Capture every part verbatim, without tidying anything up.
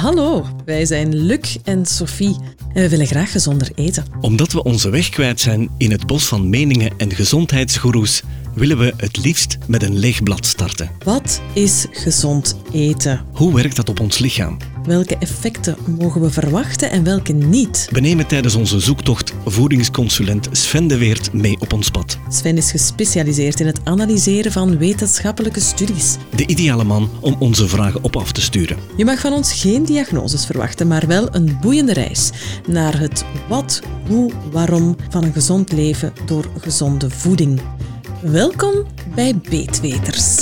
Hallo, wij zijn Luc en Sophie en we willen graag gezonder eten. Omdat we onze weg kwijt zijn in het bos van meningen en gezondheidsgoeroes, willen we het liefst met een leeg blad starten. Wat is gezond eten? Hoe werkt dat op ons lichaam? Welke effecten mogen we verwachten en welke niet? We nemen tijdens onze zoektocht voedingsconsulent Sven de Weert mee op ons pad. Sven is gespecialiseerd in het analyseren van wetenschappelijke studies. De ideale man om onze vragen op af te sturen. Je mag van ons geen diagnoses verwachten, maar wel een boeiende reis naar het wat, hoe, waarom van een gezond leven door gezonde voeding. Welkom bij Beetweters.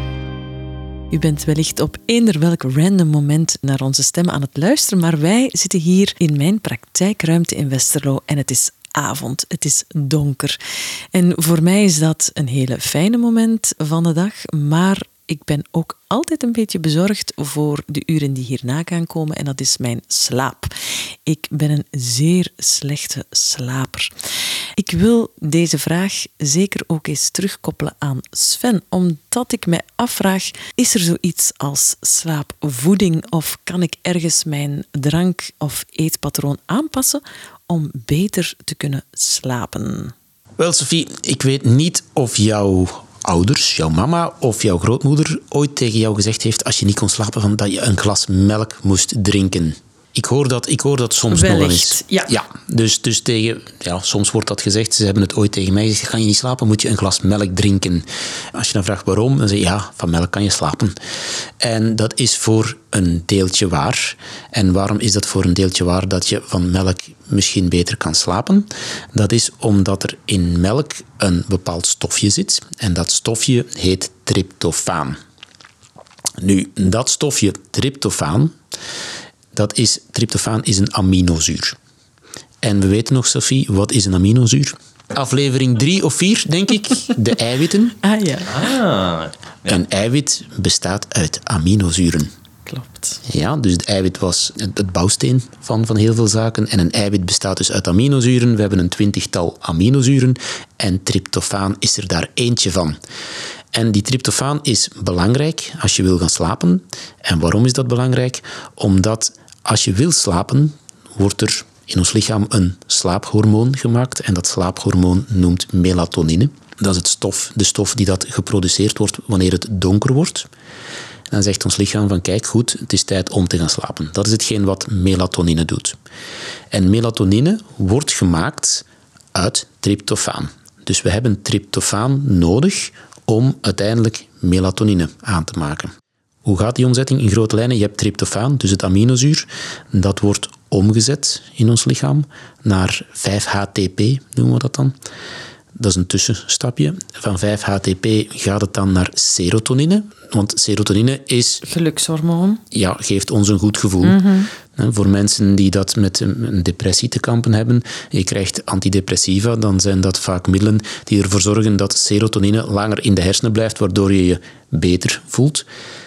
U bent wellicht op eender welk random moment naar onze stem aan het luisteren, maar wij zitten hier in mijn praktijkruimte in Westerlo en het is avond, het is donker. En voor mij is dat een hele fijne moment van de dag, maar ik ben ook altijd een beetje bezorgd voor de uren die hierna gaan komen en dat is mijn slaap. Ik ben een zeer slechte slaper. Ik wil deze vraag zeker ook eens terugkoppelen aan Sven, omdat ik me afvraag, is er zoiets als slaapvoeding of kan ik ergens mijn drank- of eetpatroon aanpassen om beter te kunnen slapen? Wel, Sophie, ik weet niet of jouw ouders, jouw mama of jouw grootmoeder ooit tegen jou gezegd heeft als je niet kon slapen van dat je een glas melk moest drinken. Ik hoor dat, ik hoor dat soms Wellicht, nog wel eens. Ja. ja dus, dus tegen, ja, soms wordt dat gezegd. Ze hebben het ooit tegen mij gezegd. Ga je niet slapen, moet je een glas melk drinken. Als je dan vraagt waarom, dan zeg je ja, van melk kan je slapen. En dat is voor een deeltje waar. En waarom is dat voor een deeltje waar dat je van melk misschien beter kan slapen? Dat is omdat er in melk een bepaald stofje zit. En dat stofje heet tryptofaan. Nu, dat stofje tryptofaan, dat is, tryptofaan is een aminozuur. En we weten nog, Sophie, wat is een aminozuur? Aflevering drie of vier, denk ik, de eiwitten. Ah ja. Ah, ja. Een eiwit bestaat uit aminozuren. Klopt. Ja, dus de eiwit was het bouwsteen van, van heel veel zaken. En een eiwit bestaat dus uit aminozuren. We hebben een twintigtal aminozuren. En tryptofaan is er daar eentje van. En die tryptofaan is belangrijk als je wil gaan slapen. En waarom is dat belangrijk? Omdat als je wil slapen, wordt er in ons lichaam een slaaphormoon gemaakt. En dat slaaphormoon noemt melatonine. Dat is het stof, de stof die dat geproduceerd wordt wanneer het donker wordt. En dan zegt ons lichaam van kijk, goed, het is tijd om te gaan slapen. Dat is hetgeen wat melatonine doet. En melatonine wordt gemaakt uit tryptofaan. Dus we hebben tryptofaan nodig om uiteindelijk melatonine aan te maken. Hoe gaat die omzetting? In grote lijnen, je hebt tryptofaan, dus het aminozuur. Dat wordt omgezet in ons lichaam naar vijf H T P, noemen we dat dan. Dat is een tussenstapje. Van vijf H T P gaat het dan naar serotonine. Want serotonine is... Gelukshormoon. Ja, geeft ons een goed gevoel. Mm-hmm. Voor mensen die dat met een depressie te kampen hebben, je krijgt antidepressiva, dan zijn dat vaak middelen die ervoor zorgen dat serotonine langer in de hersenen blijft, waardoor je je beter voelt.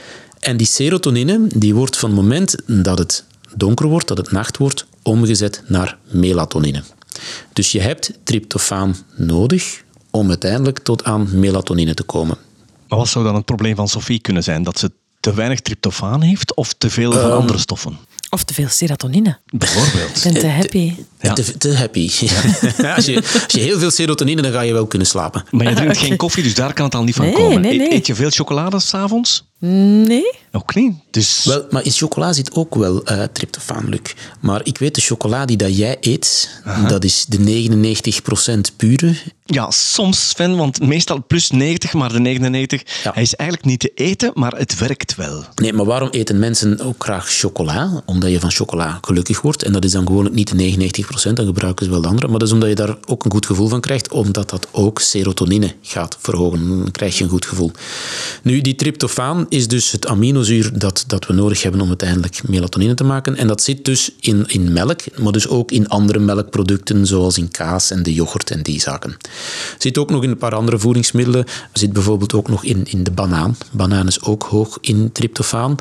En die serotonine die wordt van het moment dat het donker wordt, dat het nacht wordt, omgezet naar melatonine. Dus je hebt tryptofaan nodig om uiteindelijk tot aan melatonine te komen. Maar wat zou dan het probleem van Sophie kunnen zijn? Dat ze te weinig tryptofaan heeft of te veel van Um, andere stoffen? Of te veel serotonine. Bijvoorbeeld. Ik ben te happy. Ja. Te, te happy. Ja. Als, je, als je heel veel serotonine, dan ga je wel kunnen slapen. Maar je drinkt geen koffie, dus daar kan het al niet van Nee, komen. nee, nee. Eet je veel chocolade s'avonds? Nee. Ook niet. Dus... Wel, maar in chocola zit ook wel uh, tryptofaan, Luc. Maar ik weet, de chocola die dat jij eet, uh-huh. dat is de negenennegentig procent pure. Ja, soms, Sven, want meestal plus negentig, maar de negenennegentig, Ja. hij is eigenlijk niet te eten, maar het werkt wel. Nee, maar waarom eten mensen ook graag chocola? Omdat je van chocola gelukkig wordt. En dat is dan gewoon niet de negenennegentig procent, dan gebruiken ze wel de andere. Maar dat is omdat je daar ook een goed gevoel van krijgt, omdat dat ook serotonine gaat verhogen. Dan krijg je een goed gevoel. Nu, die tryptofaan is dus het aminozuur dat, dat we nodig hebben om uiteindelijk melatonine te maken. En dat zit dus in, in melk, maar dus ook in andere melkproducten, zoals in kaas en de yoghurt en die zaken. Zit ook nog in een paar andere voedingsmiddelen. Zit bijvoorbeeld ook nog in, in de banaan. Banaan is ook hoog in tryptofaan.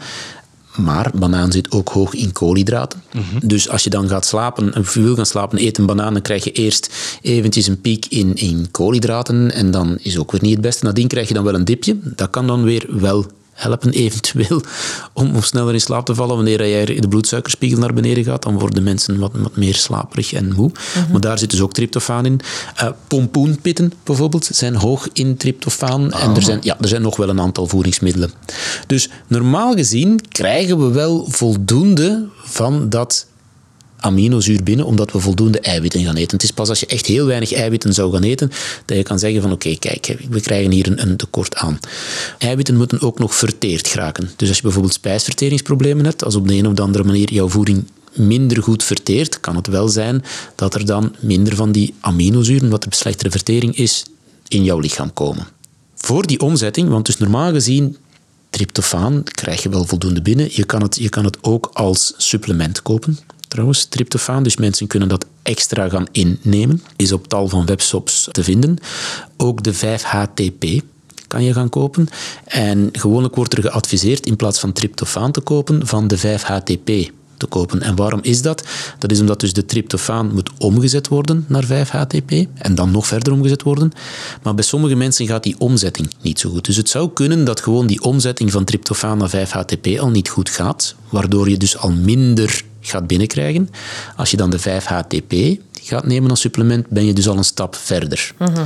Maar banaan zit ook hoog in koolhydraten. Mm-hmm. Dus als je dan gaat slapen, of je wil gaan slapen, eet een banaan, dan krijg je eerst eventjes een piek in, in koolhydraten. En dan is ook weer niet het beste. Nadien krijg je dan wel een dipje. Dat kan dan weer wel helpen eventueel om, om sneller in slaap te vallen. Wanneer je de bloedsuikerspiegel naar beneden gaat, dan worden mensen wat, wat meer slaperig en moe. Mm-hmm. Maar daar zit dus ook tryptofaan in. Uh, pompoenpitten bijvoorbeeld zijn hoog in tryptofaan. Oh. En er zijn, ja, er zijn nog wel een aantal voedingsmiddelen. Dus normaal gezien krijgen we wel voldoende van dat aminozuur binnen, omdat we voldoende eiwitten gaan eten. Het is pas als je echt heel weinig eiwitten zou gaan eten, dat je kan zeggen van oké, okay, kijk, we krijgen hier een, een tekort aan. Eiwitten moeten ook nog verteerd geraken. Dus als je bijvoorbeeld spijsverteringsproblemen hebt, als op de een of andere manier jouw voeding minder goed verteert, kan het wel zijn dat er dan minder van die aminozuren, wat de slechtere vertering is, in jouw lichaam komen. Voor die omzetting, want dus normaal gezien tryptofaan krijg je wel voldoende binnen. Je kan het, je kan het ook als supplement kopen. Trouwens, tryptofaan, dus mensen kunnen dat extra gaan innemen. Is op tal van webshops te vinden. Ook de vijf H T P kan je gaan kopen. En gewoonlijk wordt er geadviseerd in plaats van tryptofaan te kopen, van de vijf H T P te kopen. En waarom is dat? Dat is omdat dus de tryptofaan moet omgezet worden naar vijf H T P en dan nog verder omgezet worden. Maar bij sommige mensen gaat die omzetting niet zo goed. Dus het zou kunnen dat gewoon die omzetting van tryptofaan naar vijf H T P al niet goed gaat, waardoor je dus al minder gaat binnenkrijgen. Als je dan de vijf H T P gaat nemen als supplement, ben je dus al een stap verder. Uh-huh.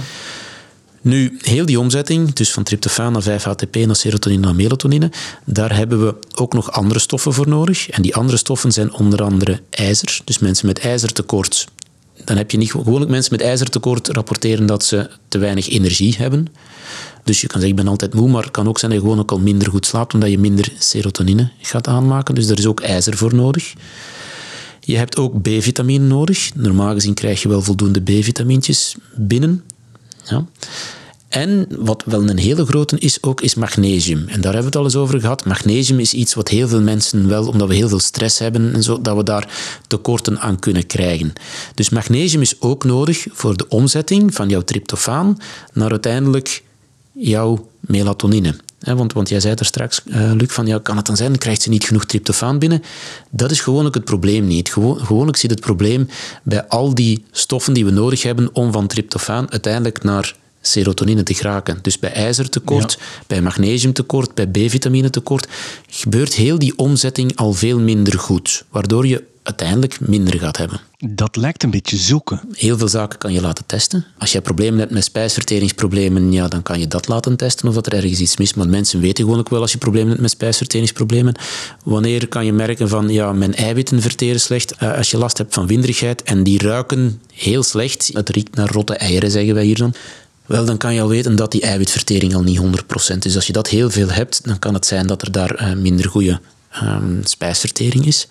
Nu, heel die omzetting, dus van tryptofaan naar vijf H T P, naar serotonine, naar melatonine, daar hebben we ook nog andere stoffen voor nodig. En die andere stoffen zijn onder andere ijzer. Dus mensen met ijzertekort, dan heb je niet gewoonlijk mensen met ijzertekort rapporteren dat ze te weinig energie hebben. Dus je kan zeggen, ik ben altijd moe, maar het kan ook zijn dat je gewoon ook al minder goed slaapt, omdat je minder serotonine gaat aanmaken. Dus daar is ook ijzer voor nodig. Je hebt ook B-vitamine nodig. Normaal gezien krijg je wel voldoende B-vitamintjes binnen. Ja. En wat wel een hele grote is ook, is magnesium. En daar hebben we het al eens over gehad. Magnesium is iets wat heel veel mensen wel, omdat we heel veel stress hebben en zo, dat we daar tekorten aan kunnen krijgen. Dus magnesium is ook nodig voor de omzetting van jouw tryptofaan naar uiteindelijk jouw melatonine. Want, want jij zei er straks, uh, Luc, van ja, kan het dan zijn, dan krijgt ze niet genoeg tryptofaan binnen? Dat is gewoonlijk het probleem niet. Gewoon, gewoonlijk zit het probleem bij al die stoffen die we nodig hebben om van tryptofaan uiteindelijk naar serotonine te geraken. Dus bij ijzertekort, ja. bij magnesiumtekort, bij B-vitamine tekort, gebeurt heel die omzetting al veel minder goed, waardoor je uiteindelijk minder gaat hebben. Dat lijkt een beetje zoeken. Heel veel zaken kan je laten testen. Als je problemen hebt met spijsverteringsproblemen, ja, dan kan je dat laten testen of dat er ergens iets mis. Maar mensen weten gewoon ook wel als je problemen hebt met spijsverteringsproblemen. Wanneer kan je merken van, ja, mijn eiwitten verteren slecht. Uh, als je last hebt van winderigheid en die ruiken heel slecht, het riekt naar rotte eieren, zeggen wij hier dan. Wel, dan kan je al weten dat die eiwitvertering al niet honderd procent is. Als je dat heel veel hebt, dan kan het zijn dat er daar uh, minder goede um, spijsvertering is.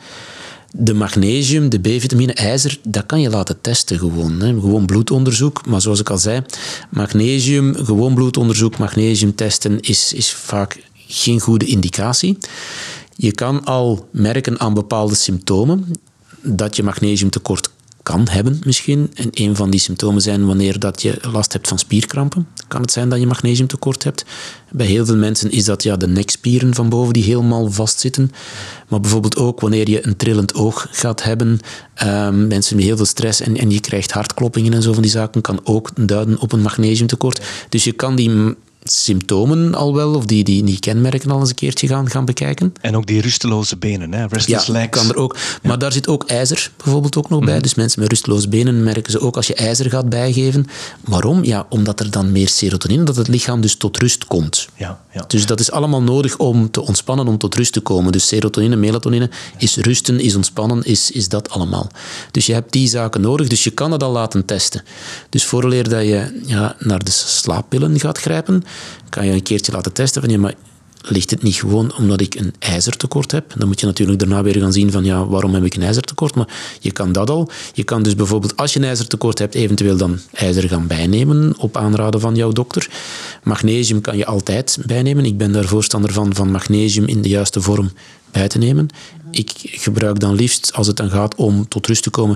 De magnesium, de B-vitamine, ijzer, dat kan je laten testen gewoon. Hè. Gewoon bloedonderzoek. Maar zoals ik al zei, magnesium, gewoon bloedonderzoek, magnesium testen is, is vaak geen goede indicatie. Je kan al merken aan bepaalde symptomen dat je magnesiumtekort kan hebben misschien. En een van die symptomen zijn wanneer dat je last hebt van spierkrampen. Kan het zijn dat je magnesiumtekort hebt. Bij heel veel mensen is dat ja, de nekspieren van boven die helemaal vastzitten. Maar bijvoorbeeld ook wanneer je een trillend oog gaat hebben. Um, mensen met heel veel stress en, en je krijgt hartkloppingen en zo van die zaken, kan ook duiden op een magnesiumtekort. Dus je kan die symptomen al wel, of die, die, die kenmerken al eens een keertje gaan, gaan bekijken. En ook die rusteloze benen, hè? Restless ja, legs. Kan er ook. Maar ja. Daar zit ook ijzer bijvoorbeeld ook nog mm-hmm. bij. Dus mensen met rusteloze benen merken ze ook als je ijzer gaat bijgeven. Waarom? Ja, omdat er dan meer serotonine, dat het lichaam dus tot rust komt. Ja, ja. Dus dat is allemaal nodig om te ontspannen, om tot rust te komen. Dus serotonine, melatonine is rusten, is ontspannen, is, is dat allemaal. Dus je hebt die zaken nodig, dus je kan het al laten testen. Dus vooraleer dat je ja, naar de slaappillen gaat grijpen, kan je een keertje laten testen van ja, maar ligt het niet gewoon omdat ik een ijzertekort heb? Dan moet je natuurlijk daarna weer gaan zien van ja, waarom heb ik een ijzertekort? Maar je kan dat al. Je kan dus bijvoorbeeld, als je een ijzertekort hebt, eventueel dan ijzer gaan bijnemen op aanraden van jouw dokter. Magnesium kan je altijd bijnemen. Ik ben daar voorstander van, van magnesium in de juiste vorm bij te nemen. Ik gebruik dan liefst, als het dan gaat om tot rust te komen,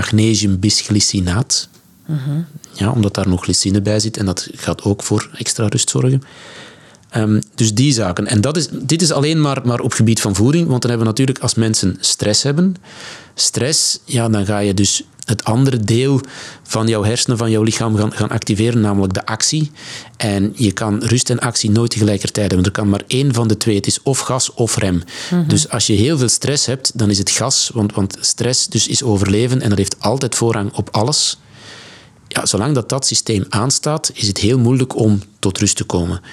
magnesiumbisglycinaat. Uh-huh. Ja, omdat daar nog glycine bij zit en dat gaat ook voor extra rust zorgen. Um, dus die zaken. En dat is, dit is alleen maar, maar op gebied van voeding, want dan hebben we natuurlijk als mensen stress hebben. Stress, ja, dan ga je dus het andere deel van jouw hersenen, van jouw lichaam gaan, gaan activeren, namelijk de actie. En je kan rust en actie nooit tegelijkertijd hebben. Er kan maar één van de twee. Het is of gas of rem. Mm-hmm. Dus als je heel veel stress hebt, dan is het gas, want, want stress dus is overleven en dat heeft altijd voorrang op alles. Ja, zolang dat dat systeem aanstaat, is het heel moeilijk om tot rust te komen.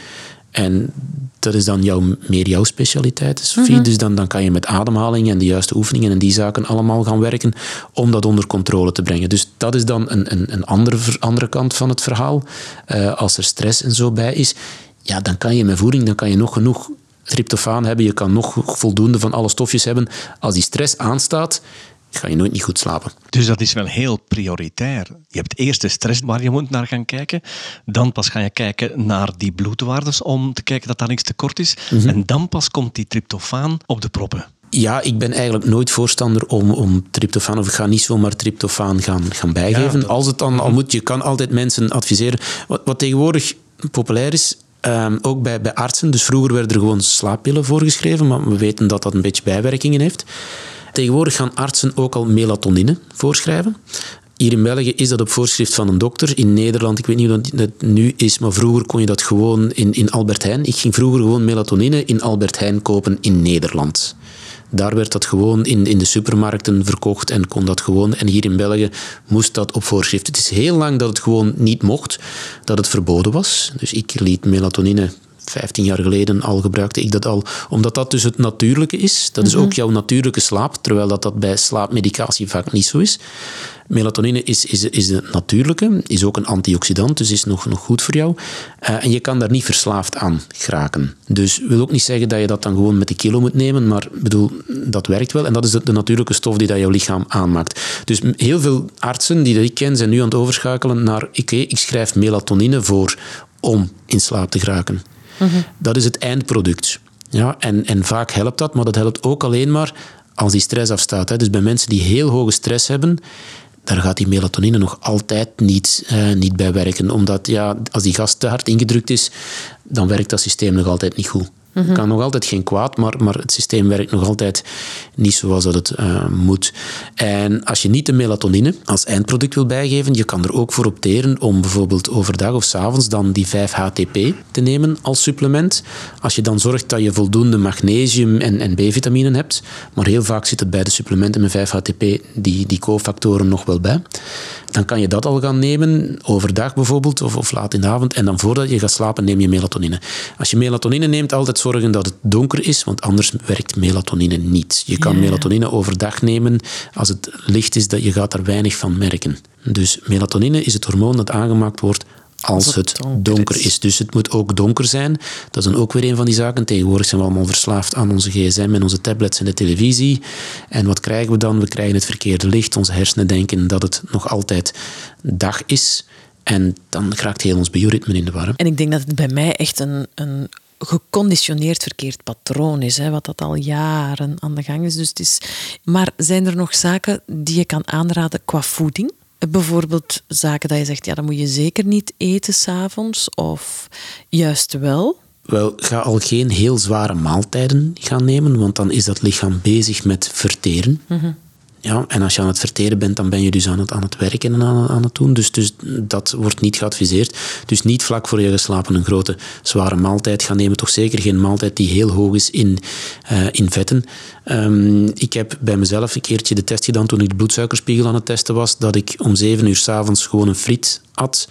En dat is dan jouw, meer jouw specialiteit, Sophie. Mm-hmm. Dus dan, dan kan je met ademhaling en de juiste oefeningen en die zaken allemaal gaan werken om dat onder controle te brengen. Dus dat is dan een, een, een andere, andere kant van het verhaal. Uh, als er stress en zo bij is, ja, dan kan je met voeding dan kan je nog genoeg tryptofaan hebben. Je kan nog voldoende van alle stofjes hebben. Als die stress aanstaat, ga je nooit niet goed slapen. Dus dat is wel heel prioritair. Je hebt eerst de stress waar je moet naar gaan kijken. Dan pas ga je kijken naar die bloedwaardes om te kijken dat daar niks tekort is. Mm-hmm. En dan pas komt die tryptofaan op de proppen. Ja, ik ben eigenlijk nooit voorstander om, om tryptofaan, of ik ga niet zomaar tryptofaan gaan, gaan bijgeven. Ja, dat... Als het dan al moet, je kan altijd mensen adviseren. Wat, wat tegenwoordig populair is, Um, ook bij, bij artsen. Dus vroeger werden er gewoon slaappillen voorgeschreven, maar we weten dat dat een beetje bijwerkingen heeft. Tegenwoordig gaan artsen ook al melatonine voorschrijven. Hier in België is dat op voorschrift van een dokter. In Nederland, ik weet niet hoe dat nu is, maar vroeger kon je dat gewoon in, in Albert Heijn. Ik ging vroeger gewoon melatonine in Albert Heijn kopen in Nederland. Daar werd dat gewoon in, in de supermarkten verkocht en kon dat gewoon. En hier in België moest dat op voorschrift. Het is heel lang dat het gewoon niet mocht, dat het verboden was. Dus ik liet melatonine... Vijftien jaar geleden al gebruikte ik dat al, omdat dat dus het natuurlijke is. Dat is ook jouw natuurlijke slaap, terwijl dat, dat bij slaapmedicatie vaak niet zo is. Melatonine is, is, is de natuurlijke, is ook een antioxidant, dus is nog, nog goed voor jou. Uh, en je kan daar niet verslaafd aan geraken. Dus wil ook niet zeggen dat je dat dan gewoon met de kilo moet nemen, maar bedoel, dat werkt wel. En dat is de, de natuurlijke stof die dat jouw lichaam aanmaakt. Dus heel veel artsen die dat ik ken, zijn nu aan het overschakelen naar, oké, okay, ik schrijf melatonine voor om in slaap te geraken. Mm-hmm. Dat is het eindproduct. Ja, en, en vaak helpt dat, maar dat helpt ook alleen maar als die stress afstaat. Hè. Dus bij mensen die heel hoge stress hebben, daar gaat die melatonine nog altijd niet, uh, niet bij werken. Omdat ja, als die gas te hard ingedrukt is, dan werkt dat systeem nog altijd niet goed. Het mm-hmm. kan nog altijd geen kwaad, maar, maar het systeem werkt nog altijd niet zoals dat het uh, moet. En als je niet de melatonine als eindproduct wil bijgeven, je kan er ook voor opteren om bijvoorbeeld overdag of 's avonds dan die vijf H T P te nemen als supplement. Als je dan zorgt dat je voldoende magnesium en, en B-vitaminen hebt, maar heel vaak zit het bij de supplementen met vijf H T P die, die cofactoren nog wel bij. Dan kan je dat al gaan nemen, overdag bijvoorbeeld, of, of laat in de avond. En dan voordat je gaat slapen, neem je melatonine. Als je melatonine neemt, altijd zorgen dat het donker is, want anders werkt melatonine niet. Je kan ja. melatonine overdag nemen. Als het licht is, dat je gaat daar weinig van merken. Dus melatonine is het hormoon dat aangemaakt wordt als, als het, het donker, donker is. is. Dus het moet ook donker zijn. Dat is dan ook weer een van die zaken. Tegenwoordig zijn we allemaal verslaafd aan onze gsm en onze tablets en de televisie. En wat krijgen we dan? We krijgen het verkeerde licht. Onze hersenen denken dat het nog altijd dag is. En dan raakt heel ons bioritme in de war. En ik denk dat het bij mij echt een, een geconditioneerd verkeerd patroon is, hè, wat dat al jaren aan de gang is. Dus het is. Maar zijn er nog zaken die je kan aanraden qua voeding? Bijvoorbeeld zaken dat je zegt, ja, dat moet je zeker niet eten 's avonds, of juist wel? Wel, ga al geen heel zware maaltijden gaan nemen, want dan is dat lichaam bezig met verteren. Mm-hmm. Ja, en als je aan het verteren bent, dan ben je dus aan het, aan het werken en aan, aan het doen. Dus, dus dat wordt niet geadviseerd. Dus niet vlak voor je geslapen een grote, zware maaltijd gaan nemen. Toch zeker geen maaltijd die heel hoog is in, uh, in vetten. Um, ik heb bij mezelf een keertje de test gedaan toen ik de bloedsuikerspiegel aan het testen was, dat ik om zeven uur 's avonds gewoon een friet at.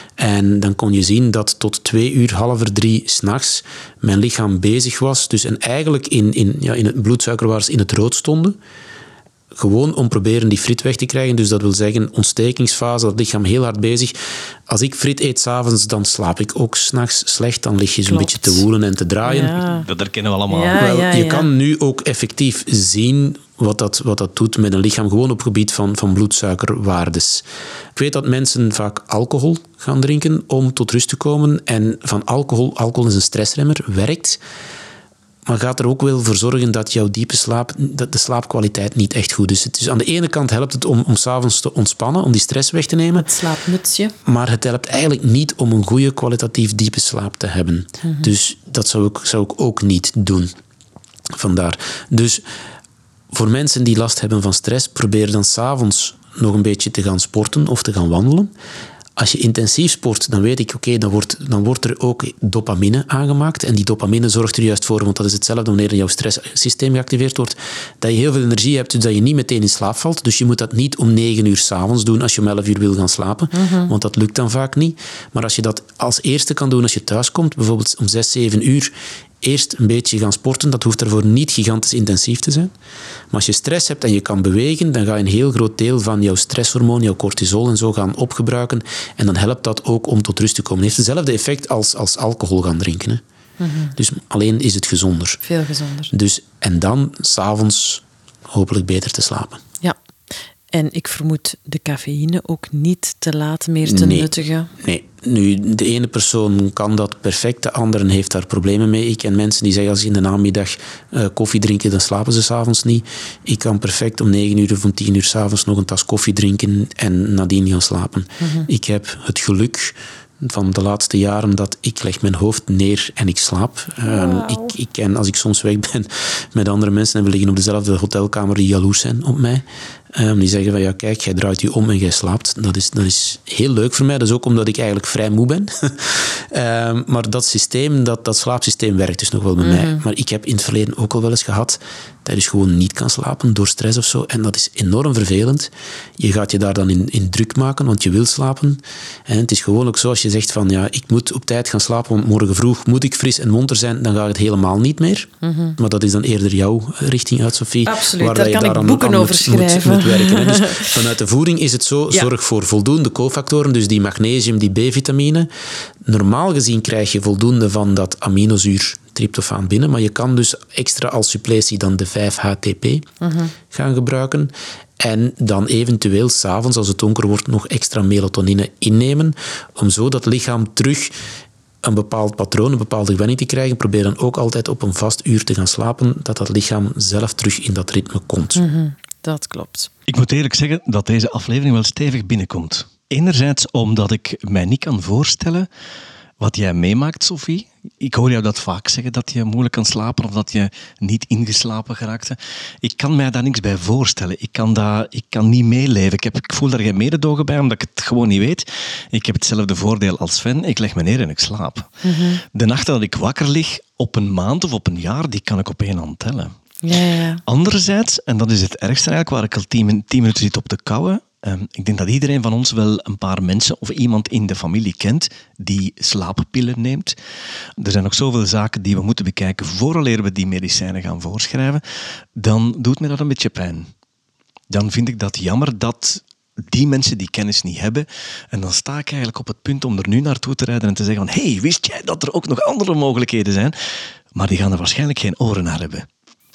En dan kon je zien dat tot twee uur, half er drie 's nachts mijn lichaam bezig was. Dus en eigenlijk in, in, ja, in het bloedsuikerwaardes in het rood stonden. Gewoon om proberen die friet weg te krijgen. Dus dat wil zeggen, ontstekingsfase, dat lichaam heel hard bezig. Als ik friet eet 's avonds, dan slaap ik ook 's nachts slecht. Dan lig je zo'n beetje te woelen en te draaien. Ja. Dat herkennen we allemaal. Ja, Wel, ja, je ja. kan nu ook effectief zien wat dat, wat dat doet met een lichaam, gewoon op gebied van, van bloedsuikerwaardes. Ik weet dat mensen vaak alcohol gaan drinken om tot rust te komen. En van alcohol, alcohol is een stressremmer, werkt. maar gaat er ook wel voor zorgen dat jouw diepe slaap, dat de slaapkwaliteit niet echt goed is. Dus aan de ene kant helpt het om, om 's avonds te ontspannen, om die stress weg te nemen. Het slaapmutsje. Maar het helpt eigenlijk niet om een goede kwalitatief diepe slaap te hebben. Mm-hmm. Dus dat zou ik, zou ik ook niet doen. Vandaar. Dus voor mensen die last hebben van stress, probeer dan 's avonds nog een beetje te gaan sporten of te gaan wandelen. Als je intensief sport, dan weet ik, oké, okay, dan, wordt, dan wordt er ook dopamine aangemaakt. En die dopamine zorgt er juist voor, want dat is hetzelfde wanneer jouw stresssysteem geactiveerd wordt, dat je heel veel energie hebt, dus dat je niet meteen in slaap valt. Dus je moet dat niet om negen uur 's avonds doen als je om elf uur wil gaan slapen, uh-huh. want dat lukt dan vaak niet. Maar als je dat als eerste kan doen als je thuis komt, bijvoorbeeld om zes, zeven uur, eerst een beetje gaan sporten, dat hoeft daarvoor niet gigantisch intensief te zijn. Maar als je stress hebt en je kan bewegen, dan ga je een heel groot deel van jouw stresshormoon, jouw cortisol en zo gaan opgebruiken. En dan helpt dat ook om tot rust te komen. Het heeft hetzelfde effect als, als alcohol gaan drinken. Hè. Mm-hmm. Dus alleen is het gezonder. Veel gezonder. Dus, en dan, 's avonds, hopelijk beter te slapen. Ja. En ik vermoed de cafeïne ook niet te laat meer te nee, nuttigen. Nee. Nu, de ene persoon kan dat perfect, de andere heeft daar problemen mee. Ik ken mensen die zeggen, als ze in de namiddag uh, koffie drinken, dan slapen ze 's avonds niet. Ik kan perfect om negen uur of om tien uur 's avonds nog een tas koffie drinken en nadien gaan slapen. Mm-hmm. Ik heb het geluk van de laatste jaren dat ik leg mijn hoofd neer en ik slaap. Wow. Um, ik, ik ken, als ik soms weg ben met andere mensen en we liggen op dezelfde hotelkamer die jaloers zijn op mij, um, die zeggen van ja, kijk, jij draait je om en jij slaapt. Dat is, dat is heel leuk voor mij. Dat is ook omdat ik eigenlijk vrij moe ben. um, maar dat systeem, dat, dat slaapsysteem werkt dus nog wel bij mm-hmm. mij. Maar ik heb in het verleden ook al wel eens gehad dat je dus gewoon niet kan slapen door stress of zo. En dat is enorm vervelend. Je gaat je daar dan in, in druk maken, want je wil slapen. En het is gewoon ook zo, als je zegt van ja, ik moet op tijd gaan slapen, want morgen vroeg moet ik fris en monter zijn, dan gaat het helemaal niet meer. Mm-hmm. Maar dat is dan eerder jouw richting uit, Sophie. Absoluut, daar kan ik boeken over schrijven. Moet, moet werken, dus vanuit de voeding is het zo, ja. Zorg voor voldoende cofactoren, dus die magnesium, die B-vitamine. Normaal gezien krijg je voldoende van dat aminozuur tryptofaan binnen, maar je kan dus extra als suppletie dan de vijf H T P uh-huh. gaan gebruiken. En dan eventueel 's avonds, als het donker wordt, nog extra melatonine innemen, om zo dat lichaam terug een bepaald patroon, een bepaalde gewenning te krijgen. Probeer dan ook altijd op een vast uur te gaan slapen, dat dat lichaam zelf terug in dat ritme komt. Uh-huh. Dat klopt. Ik moet eerlijk zeggen dat deze aflevering wel stevig binnenkomt. Enerzijds omdat ik mij niet kan voorstellen wat jij meemaakt, Sophie. Ik hoor jou dat vaak zeggen, dat je moeilijk kan slapen of dat je niet ingeslapen geraakte. Ik kan mij daar niks bij voorstellen. Ik kan, daar, ik kan niet meeleven. Ik, heb, ik voel daar geen mededogen bij, omdat ik het gewoon niet weet. Ik heb hetzelfde voordeel als Sven. Ik leg me neer en ik slaap. Mm-hmm. De nachten dat ik wakker lig, op een maand of op een jaar, die kan ik op één hand tellen. Ja, ja. Anderzijds, en dat is het ergste eigenlijk, waar ik al tien, tien minuten zit op te kauwen, Um, ik denk dat iedereen van ons wel een paar mensen of iemand in de familie kent die slaappillen neemt. Er zijn nog zoveel zaken die we moeten bekijken vooraleer we die medicijnen gaan voorschrijven. Dan doet me dat een beetje pijn. Dan vind ik dat jammer dat die mensen die kennis niet hebben. En dan sta ik eigenlijk op het punt om er nu naartoe te rijden en te zeggen van hey, wist jij dat er ook nog andere mogelijkheden zijn? Maar die gaan er waarschijnlijk geen oren naar hebben.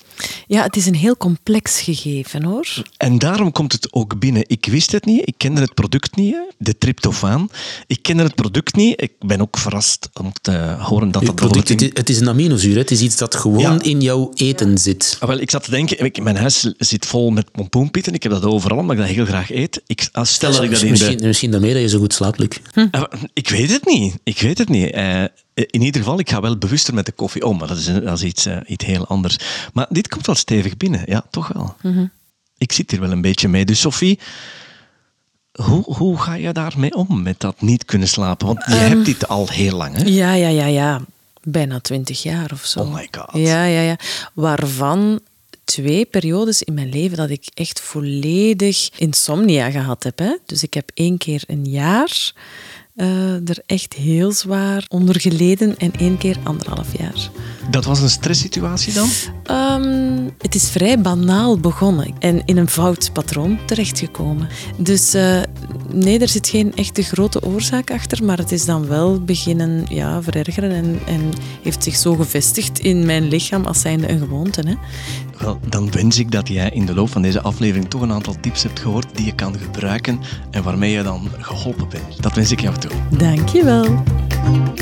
Ja, het is een heel complex gegeven, hoor. En daarom komt het ook binnen. Ik wist het niet, ik kende het product niet, de tryptofaan. Ik kende het product niet. Ik ben ook verrast om te horen dat dat... Product, het, is, het is een aminozuur, het is iets dat gewoon ja. in jouw eten ja. zit. Ah, wel, ik zat te denken, ik, mijn huis zit vol met pompoenpitten. Ik heb dat overal, omdat ik dat heel graag eet. Ik, stel dat ik dat in misschien, de... misschien daarmee dat je zo goed slaapt, Luc. Hm. Ik weet het niet. Ik weet het niet. Uh, in ieder geval, ik ga wel bewuster met de koffie om, maar dat is, dat is iets, uh, iets heel anders. Maar dit komt wel stevig binnen, ja, toch wel. Mm-hmm. Ik zit hier wel een beetje mee. Dus Sophie, hoe, hoe ga je daarmee om, met dat niet kunnen slapen? Want je um, hebt dit al heel lang, hè? Ja, ja, ja, ja. Bijna twintig jaar of zo. Oh my god. Ja, ja, ja. Waarvan twee periodes in mijn leven dat ik echt volledig insomnia gehad heb. Hè? Dus ik heb één keer een jaar uh, er echt heel zwaar onder geleden en één keer anderhalf jaar. Dat was een stresssituatie dan? Um, het is vrij banaal begonnen en in een fout patroon terechtgekomen. Dus uh, nee, er zit geen echte grote oorzaak achter, maar het is dan wel beginnen ja, verergeren en, en heeft zich zo gevestigd in mijn lichaam als zijnde een gewoonte. Hè. Wel, dan wens ik dat jij in de loop van deze aflevering toch een aantal tips hebt gehoord die je kan gebruiken en waarmee je dan geholpen bent. Dat wens ik jou toe. Dank je wel.